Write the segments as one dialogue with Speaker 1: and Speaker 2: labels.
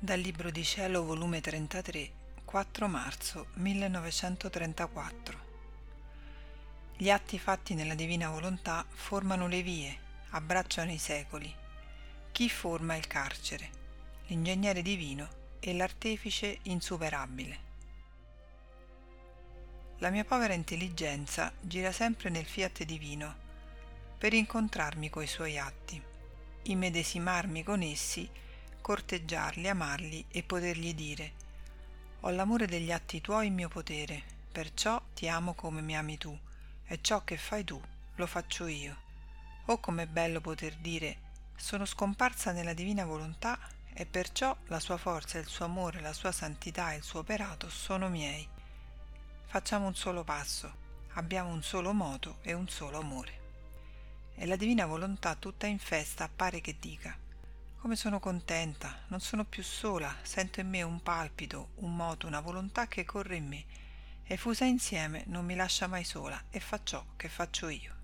Speaker 1: Dal Libro di Cielo, volume 33, 4 marzo 1934. Gli atti fatti nella divina volontà formano le vie, abbracciano i secoli. Chi forma il carcere? L'ingegnere divino e l'artefice insuperabile. La mia povera intelligenza gira sempre nel fiat divino per incontrarmi coi suoi atti, immedesimarmi con essi, corteggiarli, amarli e potergli dire: ho l'amore degli atti tuoi in mio potere, perciò ti amo come mi ami tu, e ciò che fai tu lo faccio io. Oh, com'è bello poter dire: sono scomparsa nella divina volontà e perciò la sua forza, il suo amore, la sua santità e il suo operato sono miei. Facciamo un solo passo, abbiamo un solo moto e un solo amore. E la divina volontà tutta in festa appare che dica: come sono contenta, non sono più sola, sento in me un palpito, un moto, una volontà che corre in me e fusa insieme non mi lascia mai sola e fa ciò che faccio io.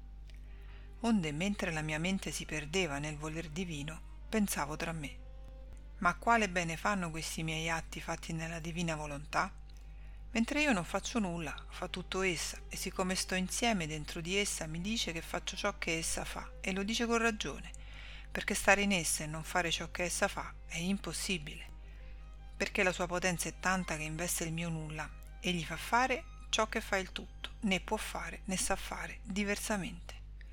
Speaker 1: Onde, mentre la mia mente si perdeva nel voler divino, pensavo tra me: ma quale bene fanno questi miei atti fatti nella divina volontà? Mentre io non faccio nulla, fa tutto essa, e siccome sto insieme dentro di essa mi dice che faccio ciò che essa fa, e lo dice con ragione, perché stare in essa e non fare ciò che essa fa è impossibile, perché la sua potenza è tanta che investe il mio nulla e gli fa fare ciò che fa il tutto, né può fare né sa fare diversamente.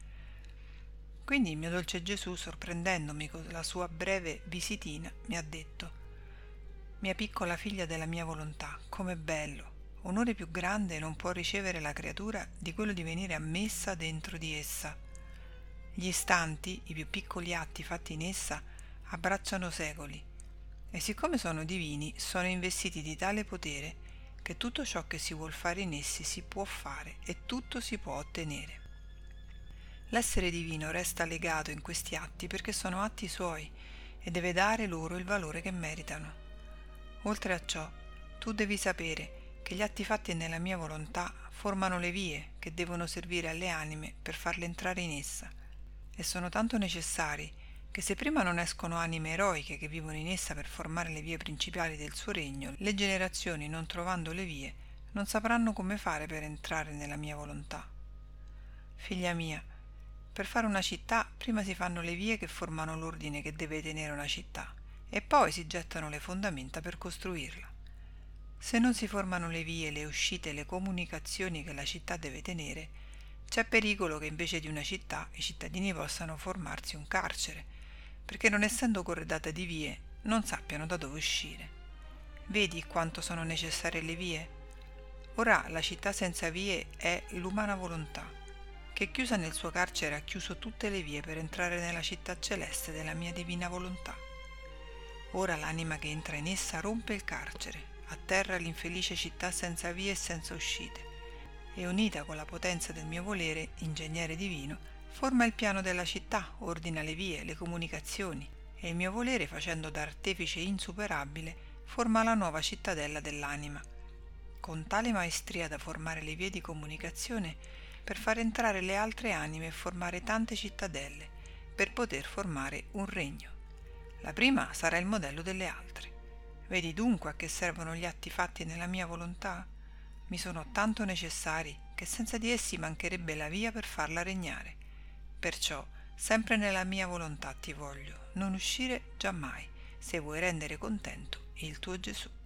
Speaker 1: Quindi il mio dolce Gesù, sorprendendomi con la sua breve visitina, mi ha detto: mia piccola figlia della mia volontà, com'è bello! Onore più grande non può ricevere la creatura di quello di venire ammessa dentro di essa. Gli istanti, i più piccoli atti fatti in essa, abbracciano secoli, e siccome sono divini, sono investiti di tale potere che tutto ciò che si vuol fare in essi si può fare e tutto si può ottenere. L'essere divino resta legato in questi atti perché sono atti suoi e deve dare loro il valore che meritano. Oltre a ciò, tu devi sapere che gli atti fatti nella mia volontà formano le vie che devono servire alle anime per farle entrare in essa, e sono tanto necessari che se prima non escono anime eroiche che vivono in essa per formare le vie principali del suo regno, le generazioni, non trovando le vie, non sapranno come fare per entrare nella mia volontà. Figlia mia, per fare una città prima si fanno le vie che formano l'ordine che deve tenere una città, e poi si gettano le fondamenta per costruirla. Se non si formano le vie, le uscite e le comunicazioni che la città deve tenere, c'è pericolo che invece di una città i cittadini possano formarsi un carcere, perché non essendo corredata di vie non sappiano da dove uscire. Vedi quanto sono necessarie le vie? Ora la città senza vie è l'umana volontà, che chiusa nel suo carcere ha chiuso tutte le vie per entrare nella città celeste della mia divina volontà. Ora l'anima che entra in essa rompe il carcere, atterra l'infelice città senza vie e senza uscite, e unita con la potenza del mio volere, ingegnere divino, forma il piano della città, ordina le vie, le comunicazioni, e il mio volere, facendo da artefice insuperabile, forma la nuova cittadella dell'anima, con tale maestria da formare le vie di comunicazione per far entrare le altre anime e formare tante cittadelle, per poter formare un regno. La prima sarà il modello delle altre. Vedi dunque a che servono gli atti fatti nella mia volontà? Mi sono tanto necessari che senza di essi mancherebbe la via per farla regnare. Perciò sempre nella mia volontà ti voglio, non uscire giammai, se vuoi rendere contento il tuo Gesù.